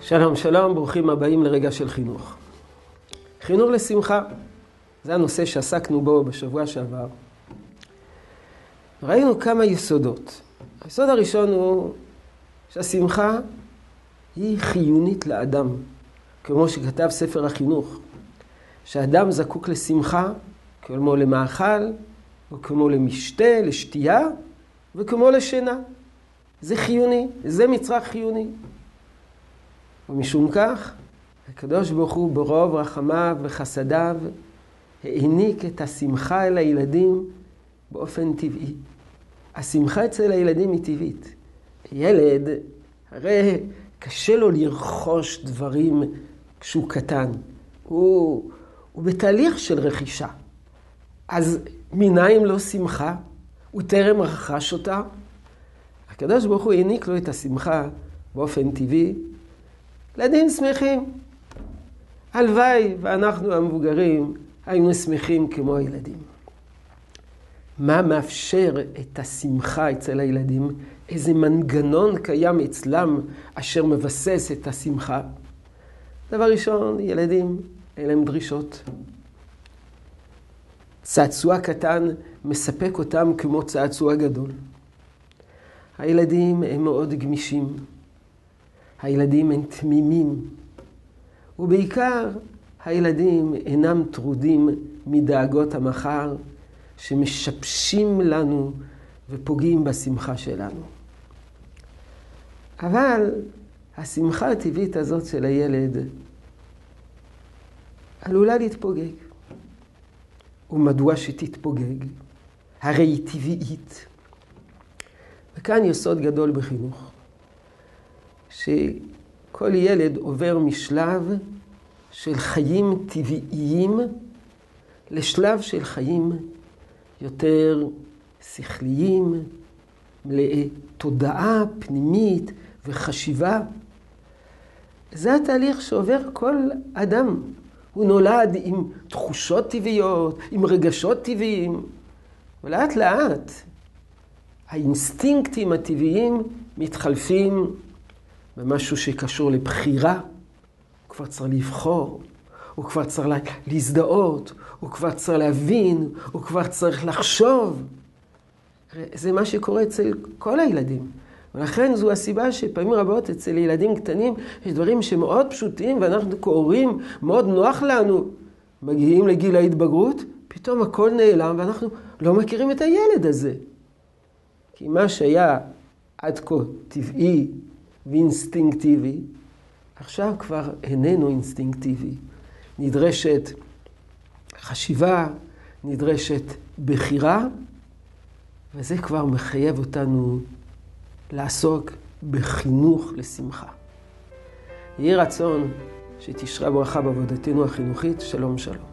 שלום שלום, ברוכים הבאים לרגע של חינוך. חינוך לשמחה, זה הנושא שעסקנו בו בשבוע שעבר. ראינו כמה יסודות. היסוד הראשון הוא שהשמחה היא חיונית לאדם, כמו שכתב ספר החינוך, שאדם זקוק לשמחה כמו למאכל, וכמו למשתה, לשתייה, וכמו לשינה. זה חיוני, זה מצרך חיוני. ומשום כך, הקדוש ברוך הוא ברוב רחמיו וחסדיו העניק את השמחה אל הילדים באופן טבעי. השמחה אצל הילדים היא טבעית. ילד, הרי קשה לו לרכוש דברים כשהוא קטן. הוא בתהליך של רכישה. אז מנין לו שמחה? הוא טרם רכש אותה. הקדוש ברוך הוא העניק לו את השמחה באופן טבעי. ילדים שמחים. הלוואי ואנחנו המבוגרים היינו שמחים כמו הילדים. מה מאפשר את השמחה אצל הילדים? איזה מנגנון קיים אצלם אשר מבסס את השמחה? דבר ראשון, ילדים, אלה הם דרישות. צעצוע קטן מספק אותם כמו צעצוע גדול. הילדים הם מאוד גמישים. הילדים הם תמימים. ובעיקר הילדים אינם טרודים מדאגות המחר שמשבשים לנו ופוגעים בשמחה שלנו. אבל השמחה הטבעית הזאת של הילד עלולה להתפוגג. ומדוע שתתפוגג? הרי היא טבעית. וכאן יסוד גדול בחינוך. שכל ילד עובר משלב של חיים טבעיים לשלב של חיים יותר שכליים, מלאי תודעה פנימית וחשיבה. זה התהליך שעובר כל אדם. הוא נולד עם תחושות טבעיות, עם רגשות טבעיים, ולאט לאט האינסטינקטים הטבעיים מתחלפים במשהו שקשור לבחירה. הוא כבר צריך לבחור, הוא כבר צריך להזדהות, הוא כבר צריך להבין, הוא כבר צריך לחשוב. זה מה שקורה אצל כל הילדים. ולכן זו הסיבה שפעמים רבות אצל ילדים קטנים יש דברים שמאוד פשוטים ואנחנו קוראים, מאוד נוח לנו. מגיעים לגיל ההתבגרות, פתאום הכל נעלם ואנחנו לא מכירים את הילד הזה. כי מה שהיה עד כה טבעי ואינסטינקטיבי, עכשיו כבר איננו אינסטינקטיבי. נדרשת חשיבה, נדרשת בחירה, וזה כבר מחייב אותנו לעסוק בחינוך לשמחה. יהי רצון שתשרה ברכה בעבודתנו החינוכית. שלום שלום.